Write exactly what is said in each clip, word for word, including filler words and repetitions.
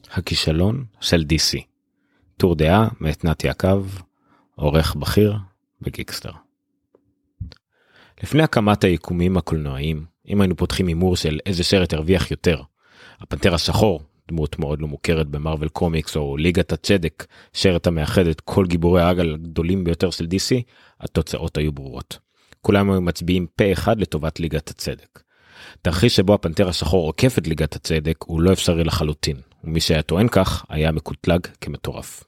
הכישלון של די סי. טור דעה מאת נתי יעקב, עורך בכיר בגיקסטר. לפני הקמת היקומים הקולנועיים, אם היינו פותחים הימור של איזה סרט הרוויח יותר, הפנתר השחור, דמות מאוד לא מוכרת במרוול קומיקס, או ליגת הצדק, סרט המאחד את כל גיבורי העל הגדולים ביותר של די סי, התוצאות היו ברורות. כולם היו מצביעים פה אחד לטובת ליגת הצדק. תרחיש שבו הפנתר השחור עוקף את ליגת הצדק הוא לא אפשרי לחלוטין, ומי שהיה טוען כך היה מקוטלג כמטורף.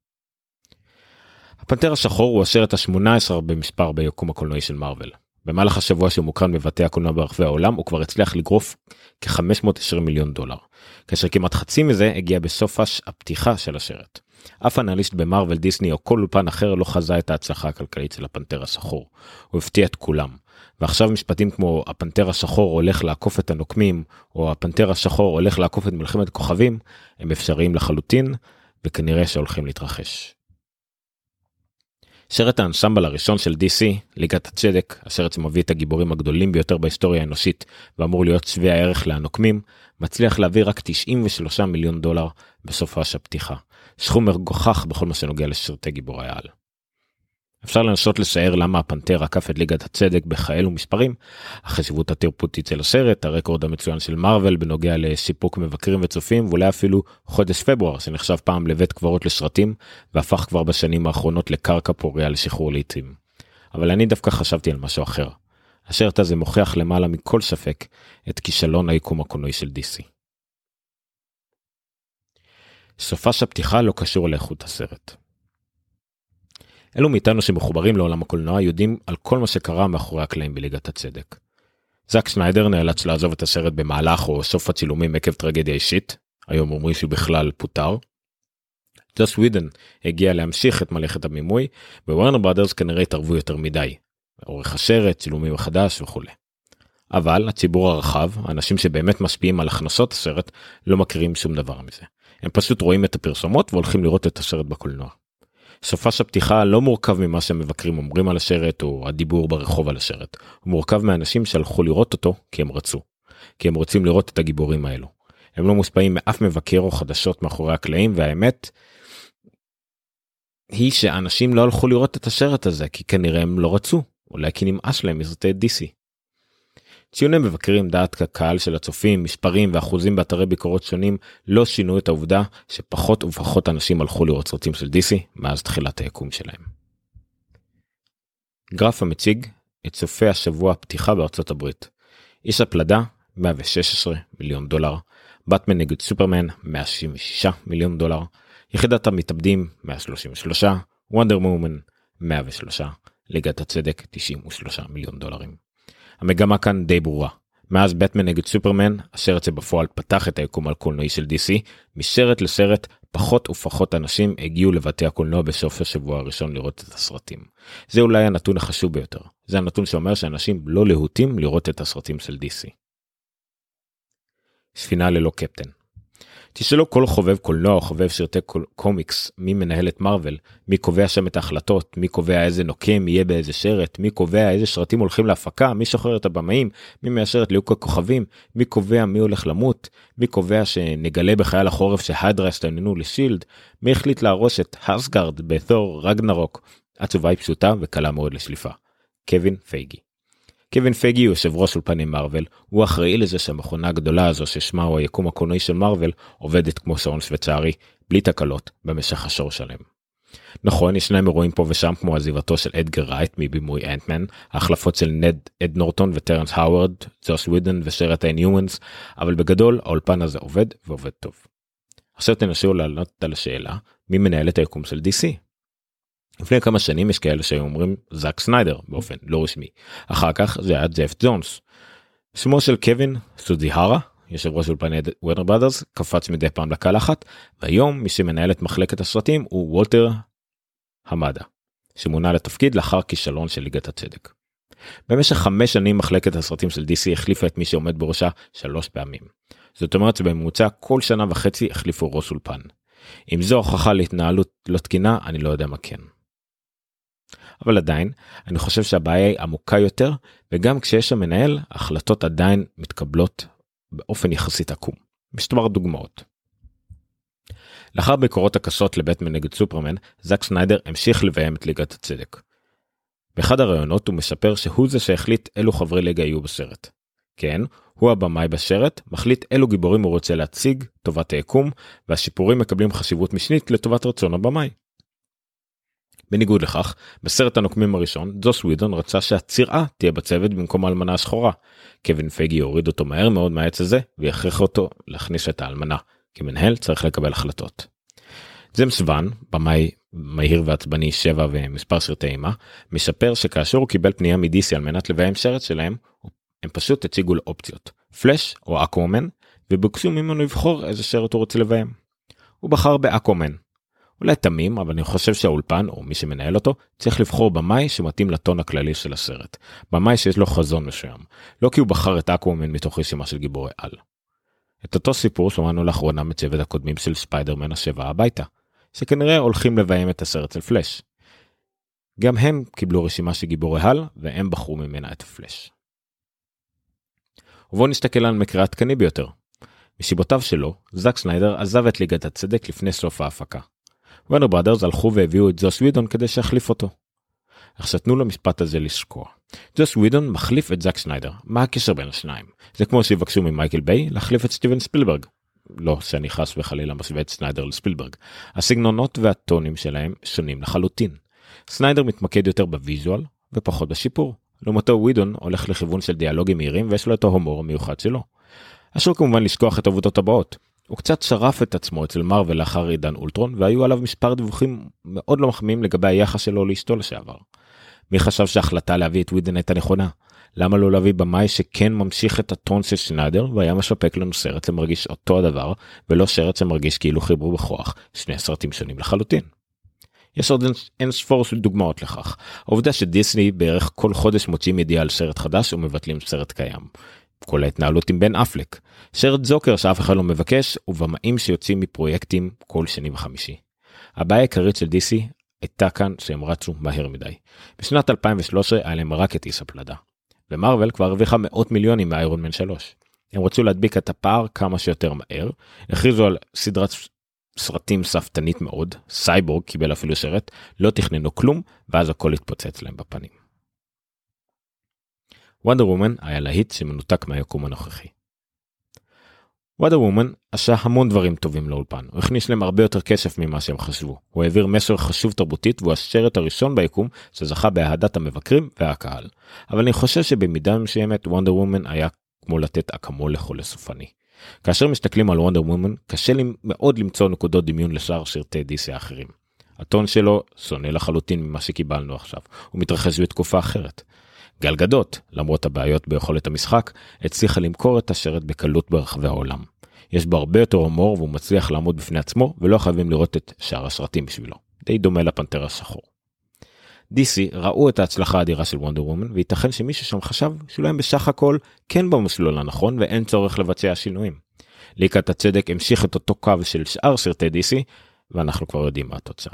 הפנתר השחור הוא הסרט ה-שמונה עשרה במספר ביקום הקולנועי של מארוול. במהלך השבוע שהוא מוקרן בבתי הקולנוע ברחבי העולם, הוא כבר הצליח לגרוף כ-חמש מאות ועשרים מיליון דולר, כאשר כמעט חצי מזה הגיע בסוף הפתיחה של הסרט. אף אנליסט במארוול, דיסני או כל אולפן אחר לא חזה את ההצלחה הכלכלית של הפנתר השחור. הוא הפתיע את כולם. ועכשיו משפטים כמו הפנתר השחור הולך לעקוף את הנוקמים, או הפנתר השחור הולך לעקוף את מלחמת הכוכבים, הם אפשריים לחלוטין, וכנראה שהולכים להתרחש. סרט האנסמבל הראשון של די סי, ליגת הצדק, הסרט שמביא את הגיבורים הגדולים ביותר בהיסטוריה האנושית, ואמור להיות שווה הערך לנוקמים, מצליח להביא רק תשעים ושלושה מיליון דולר בסופה של הפתיחה. סכום מגוחך בכל מה שנוגע לסרטי גיבורי העל. אפשר לנסות לסייר למה הפנתר עקף את ליגת הצדק בכאלו מספרים, החשיבות התרבותית של הסרט, הרקורד המצוין של מארוול בנוגע לסיפוק מבקרים וצופים, ואולי אפילו חודש פברואר שנחשב פעם לבית קברות לסרטים, והפך כבר בשנים האחרונות לקרקע פוריה לשחרור לעיתים. אבל אני דווקא חשבתי על משהו אחר. הסרט הזה מוכיח למעלה מכל ספק את כישלון היקום הקולנועי של די סי. סופה של הפתיחה לא קשור לאיכות הסרט. אלו מאיתנו שמחוברים לעולם הקולנוע יודעים על כל מה שקרה מאחורי הקלעים בליגת הצדק. זאק שניידר נאלץ לעזוב את הסרט במהלך או סוף הצילומים עקב טרגדיה אישית, היום אומרים שהוא בכלל פוטר. ג'וס ווידן הגיע להמשיך את מלאכת הבימוי, ווורנר ברודרס כנראה התערבו יותר מדי, עורך הסרט, צילומים מחדש וכו'. אבל הציבור הרחב, האנשים שבאמת משפיעים על הכנסות הסרט, לא מכירים שום דבר מזה. הם פשוט רואים את הפרסומות והולכים לראות את הסרט בקולנוע. סופה של הפתיחה לא מורכב ממה שהמבקרים אומרים על הסרט או הדיבור ברחוב על הסרט. הוא מורכב מאנשים שהלכו לראות אותו כי הם רצו. כי הם רוצים לראות את הגיבורים האלו. הם לא מושפעים מאף מבקר או חדשות מאחורי הקלעים, והאמת היא שאנשים לא הלכו לראות את הסרט הזה כי כנראה הם לא רצו. אולי כי נמאס להם מסרטי די סי. ציוני מבקרים דעת כקהל של הצופים, מספרים ואחוזים באתרי ביקורות שונים לא שינו את העובדה שפחות ופחות אנשים הלכו לראות סרטים של די סי מאז תחילת היקום שלהם. גרף המציג את צופי השבוע הפתיחה בארצות הברית. איש הפלדה מאה ושש עשרה מיליון דולר, באטמן נגד סופרמן מאה שישים ושישה מיליון דולר, יחידת המתאבדים מאה שלושים ושלושה, וונדר וומן מאה ושלושה, ליגת הצדק תשעים ושלושה מיליון דולרים. המגמה כאן די ברורה. מאז באטמן נגד סופרמן, הסרט שבפועל פתח את היקום הקולנועי של די סי, מסרט לסרט פחות ופחות אנשים הגיעו לבתי הקולנוע בסוף השבוע הראשון לראות את הסרטים. זה אולי הנתון החשוב ביותר. זה הנתון שאומר שאנשים לא להוטים לראות את הסרטים של די סי. ספינה ללא קפטן. תשאלו כל חובב קולנוע או חובב סרטי קומיקס, מי מנהל את מארוול, מי קובע שם את ההחלטות, מי קובע איזה נוקם יהיה באיזה סרט, מי קובע איזה סרטים הולכים להפקה, מי שוחרר את הבמאים, מי מאשר את ליהוק הכוכבים, מי קובע מי הולך למות, מי קובע שנגלה בחייל החורף שהיידרה הסתננו לשילד, מי החליט להרוס את אסגרד בתור רגנרוק. התשובה היא פשוטה וקלה מאוד לשליפה. קווין פייגי. קווין פייגי הוא יושב ראש אולפני מארוול, הוא אחראי לזה שהמכונה הגדולה הזו ששמה הוא היקום הקולנועי של מארוול עובדת כמו שעון שוויצרי, בלי תקלות, במשך השור שלם. נכון, ישנם אירועים פה ושם כמו עזיבתו של אדגר רייט מבימוי אנטמן, ההחלפות של נד אד נורטון וטרנס האוורד, ג'וס ווידן וסרט האניומנס, אבל בגדול האולפן הזה עובד ועובד טוב. עכשיו תנסו לענות על השאלה, מי מנהל את היקום של די סי? לפני כמה שנים יש כאלה שאומרים זאק סניידר באופן לא רשמי. אחר כך זה היה ג'ף ג'ונס. שמו של קווין סוזיהרה, יושב ראש אולפני וורנר ברודרס, קפץ מדי פעם לקלחת, והיום מי שמנהל את מחלקת הסרטים הוא וולטר המדה, שמונה לתפקיד לאחר כישלון של ליגת הצדק. במשך חמש שנים מחלקת הסרטים של די סי החליפה את מי שעומד בראשה שלוש פעמים. זאת אומרת שבממוצע כל שנה וחצי החליפו ראש אולפן. אם זו הוכחה להתנהלות לא תקינה, אני לא יודע מה כן. אבל עדיין, אני חושב שהבעיה היא עמוקה יותר, וגם כשיש המנהל, ההחלטות עדיין מתקבלות באופן יחסית עקום. מספר דוגמאות. לאחר ביקורות הקשות לבטמן נגד סופרמן, זאק סניידר המשיך לביים את ליגת הצדק. באחד הראיונות הוא מספר שהוא זה שהחליט אילו חברי ליגה יהיו בסרט. כן, הוא הבמאי בסרט, מחליט אילו גיבורים הוא רוצה להציג, טובת היקום, והשיפורים מקבלים חשיבות משנית לטובת רצון הבמאי. בניגוד לכך, בסרט הנוקמים הראשון, ג'וס ווידון רצה שהצירה תהיה בצוות במקום האלמנה השחורה. קווין פייגי הוריד אותו מהר מאוד מהעץ הזה, ויכריח אותו להכניס את האלמנה. כמנהל צריך לקבל החלטות. ג'יימס ואן, במאי מהיר ועצבני שבע ומספר סרטי אימה, מספר שכאשר הוא קיבל פנייה מ-די סי על מנת לביים סרט שלהם, הם פשוט הציגו לו אופציות, פלאש או אקוומן, וביקשו ממנו לבחור איזה סרט הוא רוצה לביים. הוא בחר באקוומן. אולי תמים, אבל אני חושב שהאולפן, או מי שמנהל אותו, צריך לבחור במאי שמתאים לטון הכללי של הסרט. במאי שיש לו חזון מסוים. לא כי הוא בחר את אקוומן מתוך רשימה של גיבורי על. את אותו סיפור שמענו לאחרונה מצוות הקודמים של ספיידרמן השבע הביתה, שכנראה הולכים לביים את הסרט של פלאש. גם הם קיבלו רשימה של גיבורי על, והם בחרו ממנה את הפלאש. ובואו נסתכל על מקרה התקני ביותר. מסיבותיו שלו, זאק סניידר עזב את ליגת הצדק לפני סוף ההפקה. וורנר בראדרס הלכו והביאו את ג'וס ווידון כדי שיחליף אותו. אך שתנו למשפט הזה לשקוע. ג'וס ווידון מחליף את זאק סניידר. מה הקשר בין השניים? זה כמו שיבקשו ממייקל ביי להחליף את סטיבן ספילברג. לא שאני חס וחלילה משווה את סניידר לספילברג. הסגנונות והטונים שלהם שונים לחלוטין. סניידר מתמקד יותר בוויזואל ופחות בשיפור. לעומתו ווידון הולך לכיוון של דיאלוגים מהירים ויש לו את ההומור המיוחד שלו. אסור כמובן לשכוח את העובדות הבאות. הוא קצת שרף את עצמו אצל מארוול לאחר עידן אולטרון, והיו עליו מספר דיווחים מאוד לא מחמיאים לגבי היחס שלו לאשתו לשעבר. מי חשב שההחלטה להביא את ווידון הייתה נכונה? למה לא להביא במאי שכן ממשיך את הטון של סניידר, והיה משפק לנו סרט שמרגיש אותו הדבר, ולא סרט שמרגיש כאילו חיברו בכוח, שני סרטים שונים לחלוטין. יש עוד אין ספור של דוגמאות לכך. העובדה שדיסני בערך כל חודש מוצאים ידיעה על סרט חדש ומבטלים סרט קיים. כל ההתנהלות עם בן אפלק. סרט זוקר שאף אחד לא מבקש, ובמאים שיוצאים מפרויקטים כל שני וחמישי. הבעיה העיקרית של די סי הייתה כאן שהם רצו מהר מדי. בשנת אלפיים ושלוש עשרה היה להם רק את איס הפלדה. ומרוול כבר הרוויחה מאות מיליונים מאיירון מן שלוש. הם רצו להדביק את הפער כמה שיותר מהר, הכריזו על סדרת סרטים ספתנית מאוד, סייבורג קיבל אפילו סרט, לא תכננו כלום, ואז הכל התפוצץ להם בפנים. וונדר וומן היה להיט שמנותק מהיקום הנוכחי. וונדר וומן עשה המון דברים טובים לאולפן, הוא הכניס להם הרבה יותר כסף ממה שהם חשבו, הוא העביר מסר חשוב תרבותית והוא הסרט הראשון ביקום שזכה באהדת המבקרים והקהל, אבל אני חושב שבמידה מסוימת וונדר וומן היה כמו לתת אקמול לחולה סופני. כאשר מסתכלים על וונדר וומן, קשה לי מאוד למצוא נקודות דמיון לשאר סרטי די סי האחרים. הטון שלו שונה לחלוטין ממה שקיבלנו עכשיו, הוא מתרחש בתקופה אחרת. גל גדות, למרות הבעיות ביכולת המשחק, הצליחה למכור את הסרט בקלות ברחבי העולם. יש בו הרבה יותר הומור והוא מצליח לעמוד בפני עצמו, ולא חייבים לראות את שאר הסרטים בשבילו. די דומה לפנתר השחור. די סי ראו את ההצלחה האדירה של וונדר וומן, וייתכן שמישהו שם חשב שאולי הם בסך הכל כן במסלול הנכון, ואין צורך לבצע שינויים. ליגת הצדק המשיך את אותו קו של שאר סרטי די סי, ואנחנו כבר יודעים מה התוצאה.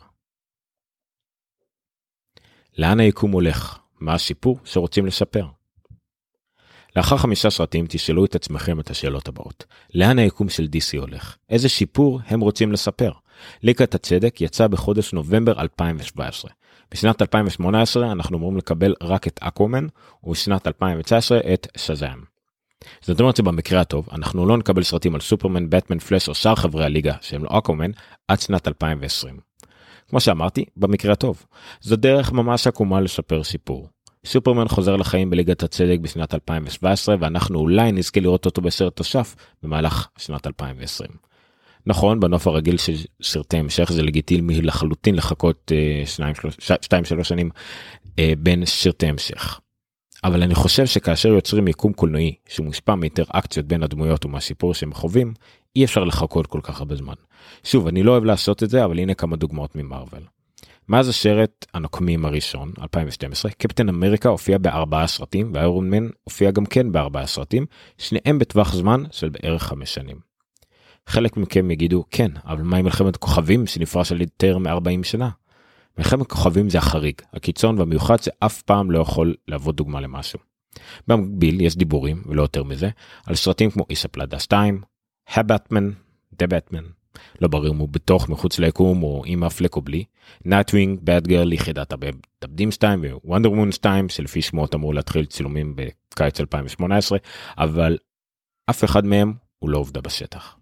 לאן היקום הולך? מה השיפור שרוצים לשפר? לאחר חמישה סרטים תשאלו את עצמכם את השאלות הבאות. לאן היקום של די סי הולך? איזה שיפור הם רוצים לספר? ליגת הצדק יצא בחודש נובמבר אלפיים שבע עשרה. בשנת אלפיים שמונה עשרה אנחנו אמורים לקבל רק את אקוומן, ובשנת אלפיים תשע עשרה את שזאם. זאת אומרת שבמקרה הטוב, אנחנו לא נקבל סרטים על סופרמן, בטמן, פלאש או שאר חברי הליגה שהם לא אקוומן עד שנת אלפיים ועשרים. כמו שאמרתי, במקרה הטוב. זו דרך ממש עקומה לשפר שיפור. סופרמן חוזר לחיים בליגת הצדק בשנת אלפיים שבע עשרה, ואנחנו אולי נזכה לראות אותו בסרט תוסף במהלך שנת אלפיים ועשרים. נכון, בנוף הרגיל של סרטי המשך זה לגיטימי לחלוטין לחכות שתיים שלוש שנים אה, בין סרטי המשך. אבל אני חושב שכאשר יוצרים יקום קולנועי שמושפע מאינטראקציות בין הדמויות ומהשיפור שהם חווים, אי אפשר לחכות כל כך הרבה זמן. שוב, אני לא אוהב לעשות את זה, אבל הנה כמה דוגמאות ממרוול. מאז הסרט הנוקמים הראשון, אלפיים ושתים עשרה, קפטן אמריקה הופיע בארבעה סרטים, ואיירון מן הופיע גם כן בארבעה סרטים, שניהם בטווח זמן של בערך חמש שנים. חלק מכם יגידו, כן, אבל מה עם מלחמת כוכבים שנפרש על יותר מ-ארבעים שנה? מלחמת כוכבים זה החריג, הקיצון והמיוחד שאף פעם לא יכול להוות דוגמה למשהו. במקביל יש דיבורים, ולא יותר מזה, על סרטים כמו איס הפלדה שתיים, הבטמן, דה בטמן, לא ברור אם הוא בתוך, מחוץ ליקום, או עם אפלק או בלי. Nightwing, Batgirl, יחידת המתאבדים שתיים, ו-Wonder Woman שתיים, שלפי שמות אמור להתחיל צילומים בקיץ אלפיים ושמונה עשרה, אבל אף אחד מהם הוא לא עובדה בשטח.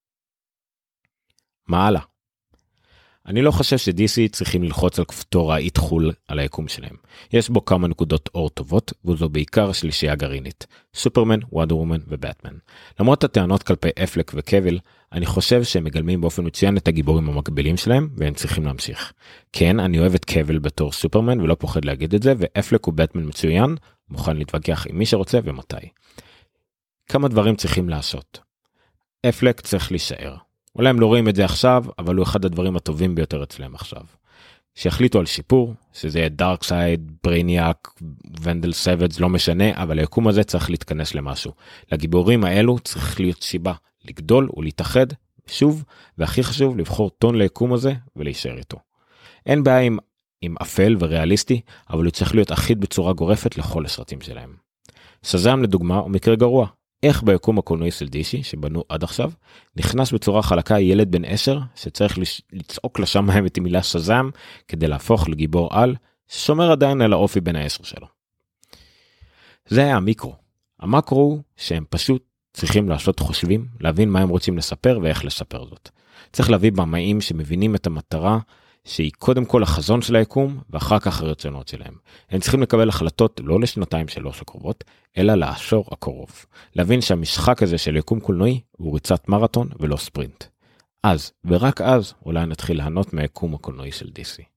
מה הלאה? אני לא חושב ש-די סי צריכים ללחוץ על כפתור האיתחול על היקום שלהם. יש בו כמה נקודות אור טובות, וזו בעיקר שלישייה גרעינית. סופרמן, וונדר וומן ובטמן. למרות הטענות כלפי אפלק וקוויל, אני חושב שהם מגלמים באופן מצוין את הגיבורים המקבילים שלהם, והם צריכים להמשיך. כן, אני אוהב את קוויל בתור סופרמן, ולא פוחד להגיד את זה, ואפלק הוא בטמן מצוין, מוכן להתווכח עם מי שרוצה ומתי. כמה דברים צריכים לעשות. אפלק צריך להישאר. אולי הם לא רואים את זה עכשיו, אבל הוא אחד הדברים הטובים ביותר אצלם עכשיו. שיחליטו על שיפור, שזה יהיה דארקסייד, ברייניאק, ונדל סוודס, לא משנה, אבל היקום הזה צריך להתכנס למשהו. לגיבורים האלו צריך להיות שיבה, לגדול ולהתאחד, שוב, והכי חשוב, לבחור טון ליקום הזה ולהישאר איתו. אין בעיה עם, עם אפל וריאליסטי, אבל הוא צריך להיות אחיד בצורה גורפת לכל הסרטים שלהם. שזאם לדוגמה הוא מקרה גרוע. איך ביקום הקולנועי של די סי, שבנו עד עכשיו, נכנס בצורה חלקה ילד בן עשר, שצריך לצעוק לשמיים את המילה שזאם, כדי להפוך לגיבור על, ששומר עדיין על האופי בן העשר שלו. זה היה המיקרו. המקרו הוא שהם פשוט צריכים לעשות חושבים, להבין מה הם רוצים לספר ואיך לספר זאת. צריך להביא במאים שמבינים את המטרה, שהיא קודם כל החזון של היקום, ואחר כך הרצונות שלהם. הם צריכים לקבל החלטות לא לשנתיים שלוש הקרובות, אלא לעשור הקרוב. להבין שהמשחק הזה של יקום קולנועי, הוא ריצת מרתון ולא ספרינט. אז, ורק אז, אולי נתחיל להנות מהיקום הקולנועי של די סי.